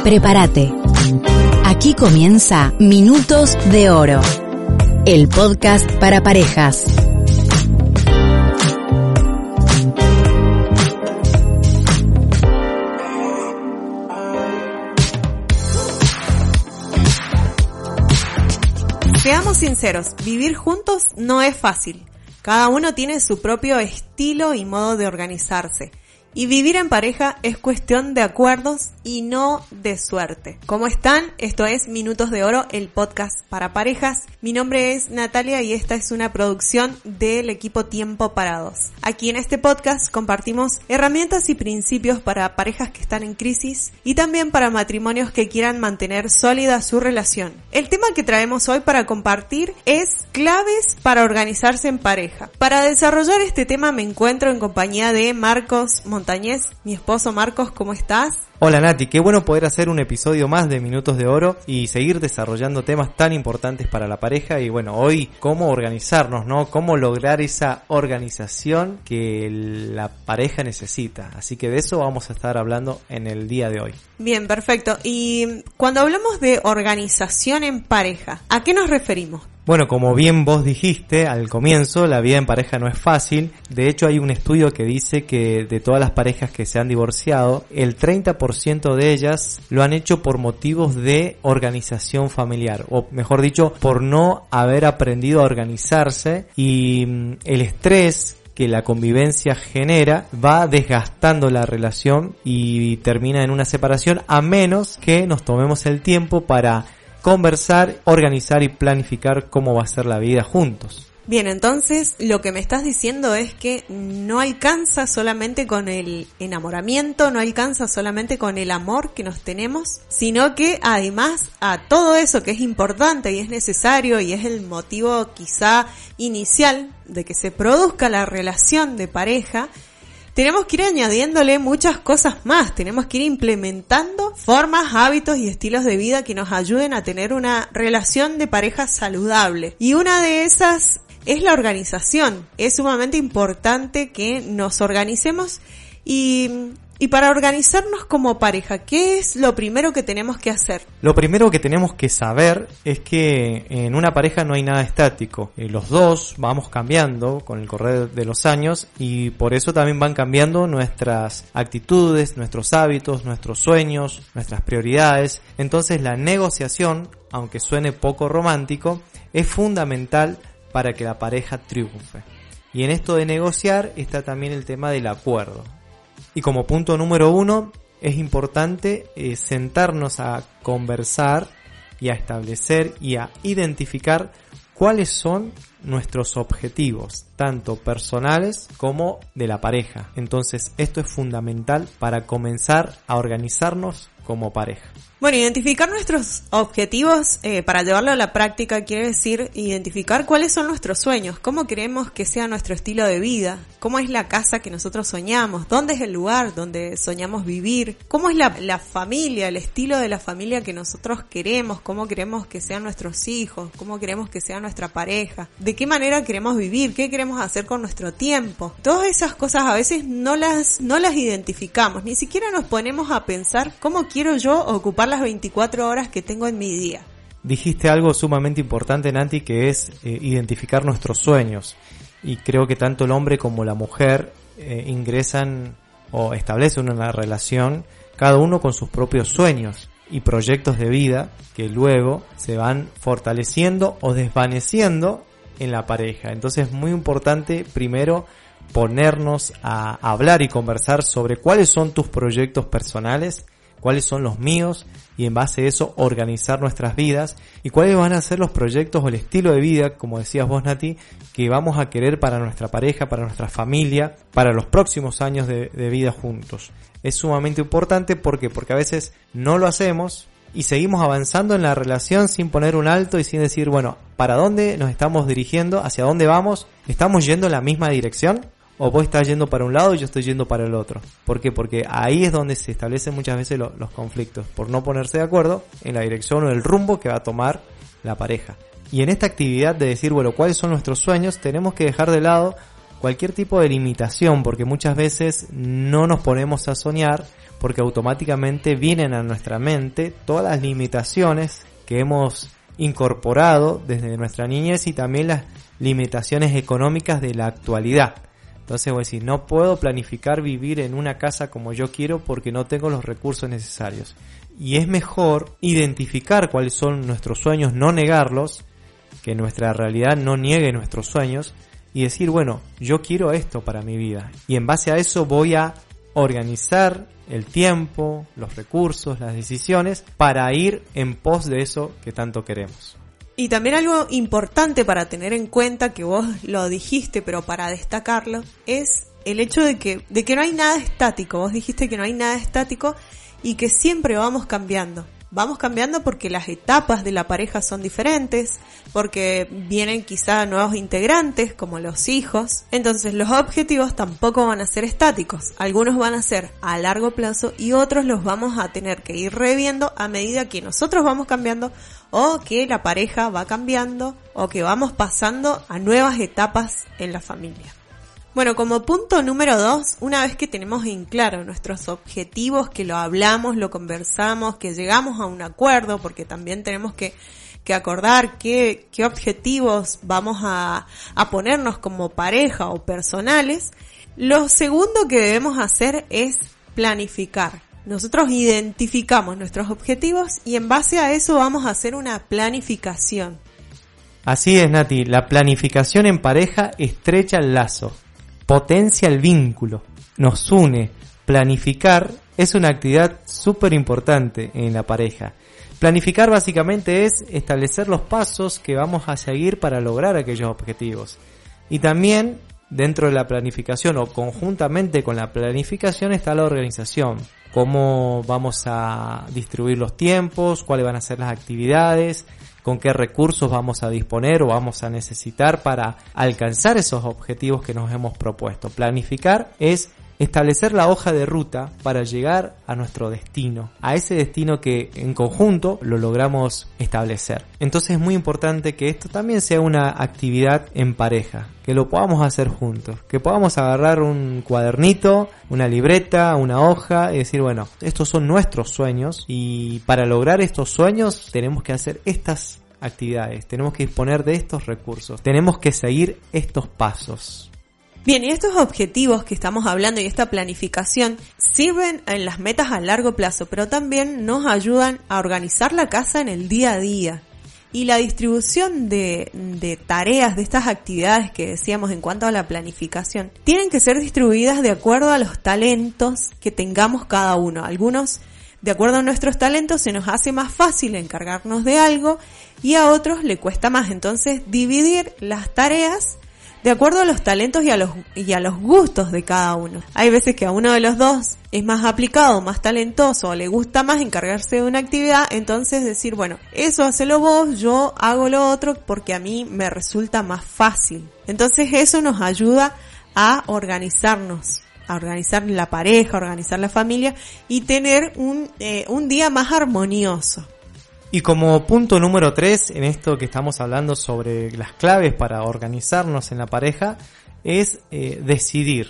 Prepárate. Aquí comienza Minutos de Oro, el podcast para parejas. Seamos sinceros, vivir juntos no es fácil. Cada uno tiene su propio estilo y modo de organizarse. Y vivir en pareja es cuestión de acuerdos y no de suerte. ¿Cómo están? Esto es Minutos de Oro, el podcast para parejas. Mi nombre es Natalia y esta es una producción del equipo Tiempo para Dos. Aquí en este podcast compartimos herramientas y principios para parejas que están en crisis y también para matrimonios que quieran mantener sólida su relación. El tema que traemos hoy para compartir es claves para organizarse en pareja. Para desarrollar este tema me encuentro en compañía de Marcos Montañez, mi esposo. Marcos, ¿cómo estás? Hola Nati, qué bueno poder hacer un episodio más de Minutos de Oro y seguir desarrollando temas tan importantes para la pareja. Y bueno, hoy cómo organizarnos, ¿no? Cómo lograr esa organización que la pareja necesita. Así que de eso vamos a estar hablando en el día de hoy. Bien, perfecto. Y cuando hablamos de organización en pareja, ¿a qué nos referimos? Bueno, como bien vos dijiste al comienzo, la vida en pareja no es fácil. De hecho, hay un estudio que dice que de todas las parejas que se han divorciado, el 30% de ellas lo han hecho por motivos de organización familiar, o mejor dicho, por no haber aprendido a organizarse, y el estrés que la convivencia genera va desgastando la relación y termina en una separación, a menos que nos tomemos el tiempo para conversar, organizar y planificar cómo va a ser la vida juntos. Bien, entonces lo que me estás diciendo es que no alcanza solamente con el enamoramiento, no alcanza solamente con el amor que nos tenemos, sino que además a todo eso que es importante y es necesario y es el motivo quizá inicial de que se produzca la relación de pareja, tenemos que ir añadiéndole muchas cosas más, tenemos que ir implementando formas, hábitos y estilos de vida que nos ayuden a tener una relación de pareja saludable. Y una de esas es la organización. Es sumamente importante que nos organicemos y para organizarnos como pareja, ¿qué es lo primero que tenemos que hacer? Lo primero que tenemos que saber es que en una pareja no hay nada estático. Los dos vamos cambiando con el correr de los años y por eso también van cambiando nuestras actitudes, nuestros hábitos, nuestros sueños, nuestras prioridades. Entonces la negociación, aunque suene poco romántico, es fundamental para que la pareja triunfe. Y en esto de negociar está también el tema del acuerdo. Y como punto número 1, es importante sentarnos a conversar y a establecer y a identificar cuáles son nuestros objetivos, tanto personales como de la pareja. Entonces, esto es fundamental para comenzar a organizarnos como pareja. Bueno, identificar nuestros objetivos para llevarlo a la práctica quiere decir identificar cuáles son nuestros sueños, cómo queremos que sea nuestro estilo de vida, cómo es la casa que nosotros soñamos, dónde es el lugar donde soñamos vivir, cómo es la familia, el estilo de la familia que nosotros queremos, cómo queremos que sean nuestros hijos, cómo queremos que sea nuestra pareja, de qué manera queremos vivir, qué queremos hacer con nuestro tiempo. Todas esas cosas a veces no las identificamos, ni siquiera nos ponemos a pensar cómo quiero yo ocupar las 24 horas que tengo en mi día. Dijiste algo sumamente importante, Nati, que es identificar nuestros sueños. Y creo que tanto el hombre como la mujer ingresan o establecen una relación, cada uno con sus propios sueños y proyectos de vida que luego se van fortaleciendo o desvaneciendo en la pareja. Entonces es muy importante primero ponernos a hablar y conversar sobre cuáles son tus proyectos personales, cuáles son los míos, y en base a eso organizar nuestras vidas y cuáles van a ser los proyectos o el estilo de vida, como decías vos, Nati, que vamos a querer para nuestra pareja, para nuestra familia, para los próximos años de vida juntos. Es sumamente importante porque a veces no lo hacemos y seguimos avanzando en la relación sin poner un alto y sin decir, bueno, ¿para dónde nos estamos dirigiendo? ¿Hacia dónde vamos? ¿Estamos yendo en la misma dirección? ¿O vos estás yendo para un lado y yo estoy yendo para el otro? ¿Por qué? Porque ahí es donde se establecen muchas veces los conflictos, por no ponerse de acuerdo en la dirección o el rumbo que va a tomar la pareja. Y en esta actividad de decir, bueno, ¿cuáles son nuestros sueños? Tenemos que dejar de lado cualquier tipo de limitación, porque muchas veces no nos ponemos a soñar porque automáticamente vienen a nuestra mente todas las limitaciones que hemos incorporado desde nuestra niñez y también las limitaciones económicas de la actualidad. Entonces voy a decir, no puedo planificar vivir en una casa como yo quiero porque no tengo los recursos necesarios. Y es mejor identificar cuáles son nuestros sueños, no negarlos, que nuestra realidad no niegue nuestros sueños y decir, bueno, yo quiero esto para mi vida. Y en base a eso voy a organizar el tiempo, los recursos, las decisiones para ir en pos de eso que tanto queremos. Y también algo importante para tener en cuenta, que vos lo dijiste, pero para destacarlo, es el hecho de que no hay nada estático. Vos dijiste que no hay nada estático y que siempre vamos cambiando. Vamos cambiando porque las etapas de la pareja son diferentes, porque vienen quizá nuevos integrantes como los hijos. Entonces los objetivos tampoco van a ser estáticos. Algunos van a ser a largo plazo y otros los vamos a tener que ir reviendo a medida que nosotros vamos cambiando o que la pareja va cambiando o que vamos pasando a nuevas etapas en la familia. Bueno, como punto número 2, una vez que tenemos en claro nuestros objetivos, que lo hablamos, lo conversamos, que llegamos a un acuerdo, porque también tenemos que acordar qué objetivos vamos a ponernos como pareja o personales, lo segundo que debemos hacer es planificar. Nosotros identificamos nuestros objetivos y en base a eso vamos a hacer una planificación. Así es, Nati, la planificación en pareja estrecha el lazo. Potencia el vínculo, nos une. Planificar es una actividad súper importante en la pareja. Planificar básicamente es establecer los pasos que vamos a seguir para lograr aquellos objetivos. Y también dentro de la planificación o conjuntamente con la planificación está la organización. Cómo vamos a distribuir los tiempos, cuáles van a ser las actividades, con qué recursos vamos a disponer o vamos a necesitar para alcanzar esos objetivos que nos hemos propuesto. Planificar es establecer la hoja de ruta para llegar a nuestro destino, a ese destino que en conjunto lo logramos establecer. Entonces es muy importante que esto también sea una actividad en pareja, que lo podamos hacer juntos, que podamos agarrar un cuadernito, una libreta, una hoja y decir, bueno, estos son nuestros sueños y para lograr estos sueños tenemos que hacer estas actividades, tenemos que disponer de estos recursos, tenemos que seguir estos pasos. Bien, y estos objetivos que estamos hablando y esta planificación sirven en las metas a largo plazo, pero también nos ayudan a organizar la casa en el día a día. Y la distribución de tareas, de estas actividades que decíamos en cuanto a la planificación, tienen que ser distribuidas de acuerdo a los talentos que tengamos cada uno. Algunos, de acuerdo a nuestros talentos, se nos hace más fácil encargarnos de algo y a otros le cuesta más. Entonces, dividir las tareas de acuerdo a los talentos y a los gustos de cada uno. Hay veces que a uno de los dos es más aplicado, más talentoso, o le gusta más encargarse de una actividad, entonces decir, bueno, eso hacelo vos, yo hago lo otro porque a mí me resulta más fácil. Entonces eso nos ayuda a organizarnos, a organizar la pareja, a organizar la familia y tener un día más armonioso. Y como punto número 3 en esto que estamos hablando sobre las claves para organizarnos en la pareja es decidir.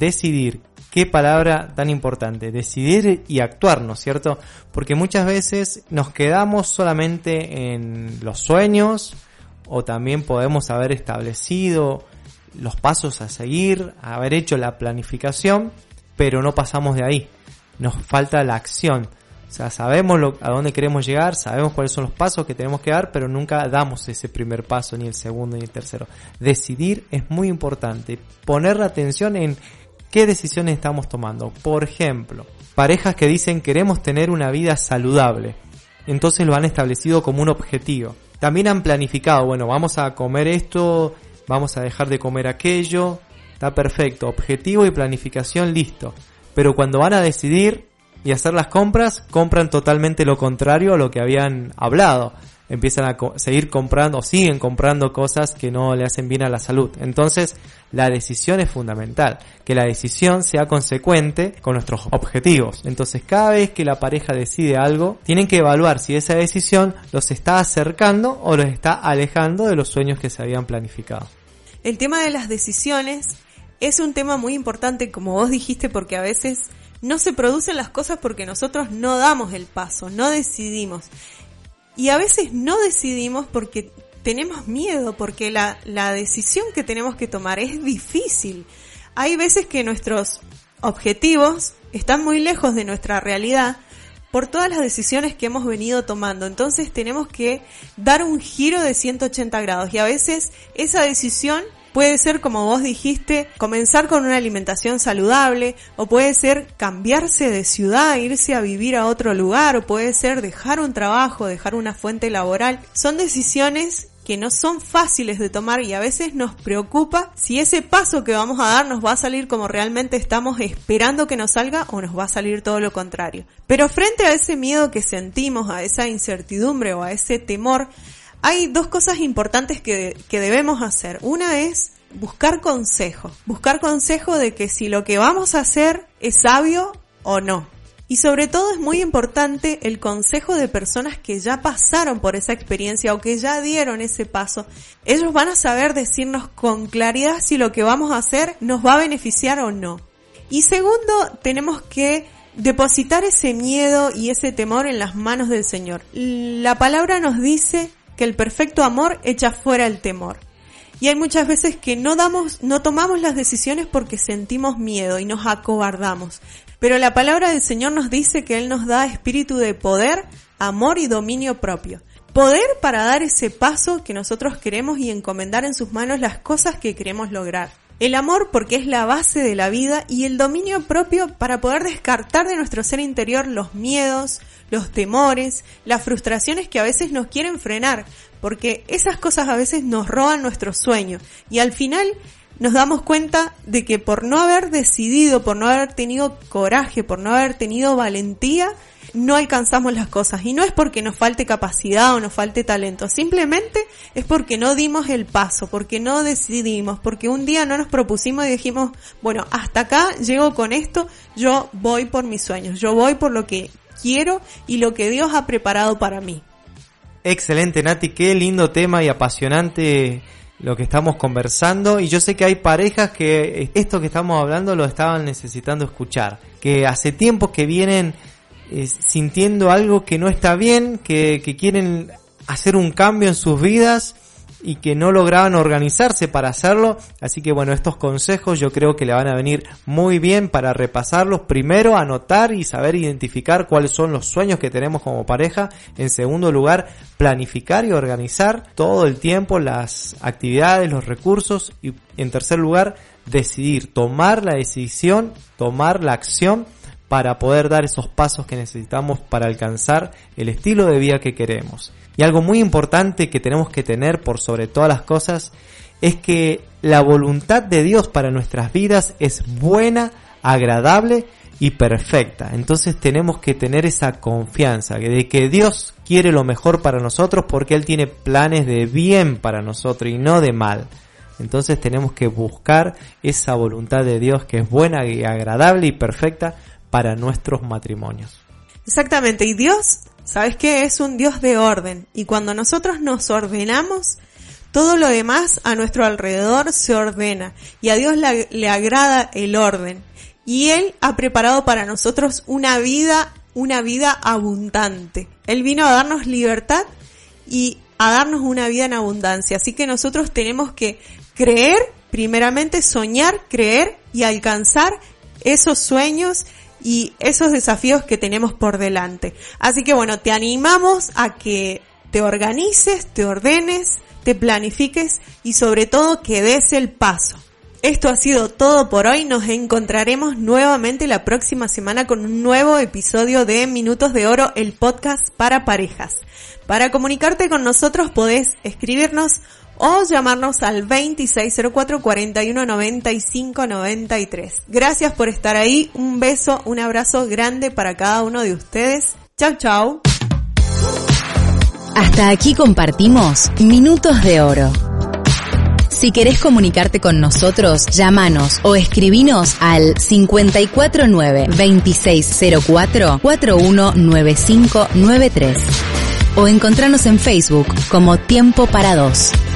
Qué palabra tan importante, decidir y actuar, ¿no es cierto? Porque muchas veces nos quedamos solamente en los sueños o también podemos haber establecido los pasos a seguir, haber hecho la planificación, pero no pasamos de ahí. Nos falta la acción. O sea, sabemos a dónde queremos llegar, sabemos cuáles son los pasos que tenemos que dar, pero nunca damos ese primer paso, ni el segundo, ni el tercero. Decidir es muy importante. Poner la atención en qué decisiones estamos tomando. Por ejemplo, parejas que dicen queremos tener una vida saludable. Entonces lo han establecido como un objetivo. También han planificado, bueno, vamos a comer esto, vamos a dejar de comer aquello. Está perfecto. Objetivo y planificación, listo. Pero cuando van a decidir y hacer las compras, compran totalmente lo contrario a lo que habían hablado. Empiezan a seguir comprando o siguen comprando cosas que no le hacen bien a la salud. Entonces, la decisión es fundamental. Que la decisión sea consecuente con nuestros objetivos. Entonces, cada vez que la pareja decide algo, tienen que evaluar si esa decisión los está acercando o los está alejando de los sueños que se habían planificado. El tema de las decisiones es un tema muy importante, como vos dijiste, porque a veces no se producen las cosas porque nosotros no damos el paso, no decidimos. Y a veces no decidimos porque tenemos miedo, porque la decisión que tenemos que tomar es difícil. Hay veces que nuestros objetivos están muy lejos de nuestra realidad por todas las decisiones que hemos venido tomando. Entonces tenemos que dar un giro de 180 grados y a veces esa decisión puede ser, como vos dijiste, comenzar con una alimentación saludable, o puede ser cambiarse de ciudad, irse a vivir a otro lugar, o puede ser dejar un trabajo, dejar una fuente laboral. Son decisiones que no son fáciles de tomar y a veces nos preocupa si ese paso que vamos a dar nos va a salir como realmente estamos esperando que nos salga o nos va a salir todo lo contrario. Pero frente a ese miedo que sentimos, a esa incertidumbre o a ese temor, hay dos cosas importantes que debemos hacer. Una es buscar consejo de que si lo que vamos a hacer es sabio o no. Y sobre todo es muy importante el consejo de personas que ya pasaron por esa experiencia o que ya dieron ese paso. Ellos van a saber decirnos con claridad si lo que vamos a hacer nos va a beneficiar o no. Y segundo, tenemos que depositar ese miedo y ese temor en las manos del Señor. La palabra nos dice que el perfecto amor echa fuera el temor. Y hay muchas veces que no tomamos las decisiones porque sentimos miedo y nos acobardamos. Pero la palabra del Señor nos dice que Él nos da espíritu de poder, amor y dominio propio. Poder para dar ese paso que nosotros queremos y encomendar en sus manos las cosas que queremos lograr. El amor porque es la base de la vida, y el dominio propio para poder descartar de nuestro ser interior los miedos, los temores, las frustraciones que a veces nos quieren frenar, porque esas cosas a veces nos roban nuestro sueño y al final nos damos cuenta de que por no haber decidido, por no haber tenido coraje, por no haber tenido valentía, no alcanzamos las cosas. Y no es porque nos falte capacidad o nos falte talento, simplemente es porque no dimos el paso, porque no decidimos, porque un día no nos propusimos y dijimos, bueno, hasta acá llego con esto, yo voy por mis sueños, yo voy por lo que quiero y lo que Dios ha preparado para mí. Excelente, Nati, qué lindo tema y apasionante lo que estamos conversando, y yo sé que hay parejas que esto que estamos hablando lo estaban necesitando escuchar, que hace tiempo que vienen sintiendo algo que no está bien, que quieren hacer un cambio en sus vidas y que no lograban organizarse para hacerlo. Así que bueno, estos consejos yo creo que le van a venir muy bien para repasarlos. Primero, anotar y saber identificar cuáles son los sueños que tenemos como pareja. En segundo lugar, planificar y organizar todo el tiempo las actividades, los recursos. Y en tercer lugar, decidir, tomar la decisión, tomar la acción para poder dar esos pasos que necesitamos para alcanzar el estilo de vida que queremos. Y algo muy importante que tenemos que tener por sobre todas las cosas es que la voluntad de Dios para nuestras vidas es buena, agradable y perfecta. Entonces tenemos que tener esa confianza de que Dios quiere lo mejor para nosotros, porque Él tiene planes de bien para nosotros y no de mal. Entonces tenemos que buscar esa voluntad de Dios que es buena y agradable y perfecta para nuestros matrimonios. Exactamente, y Dios, ¿sabes qué? Es un Dios de orden, y cuando nosotros nos ordenamos, todo lo demás a nuestro alrededor se ordena, y a Dios le agrada el orden, y Él ha preparado para nosotros una vida abundante. Él vino a darnos libertad y a darnos una vida en abundancia, así que nosotros tenemos que creer, primeramente soñar, creer y alcanzar esos sueños y esos desafíos que tenemos por delante. Así que bueno, te animamos a que te organices, te ordenes, te planifiques y sobre todo que des el paso. Esto ha sido todo por hoy. Nos encontraremos nuevamente la próxima semana con un nuevo episodio de Minutos de Oro, el podcast para parejas. Para comunicarte con nosotros podés escribirnos o llamarnos al 2604 41 95 93. Gracias por estar ahí. Un beso, un abrazo grande para cada uno de ustedes. Chau, chau. Hasta aquí compartimos Minutos de Oro. Si querés comunicarte con nosotros, llámanos o escribinos al 549 2604 419593 o encontranos en Facebook como Tiempo para Dos.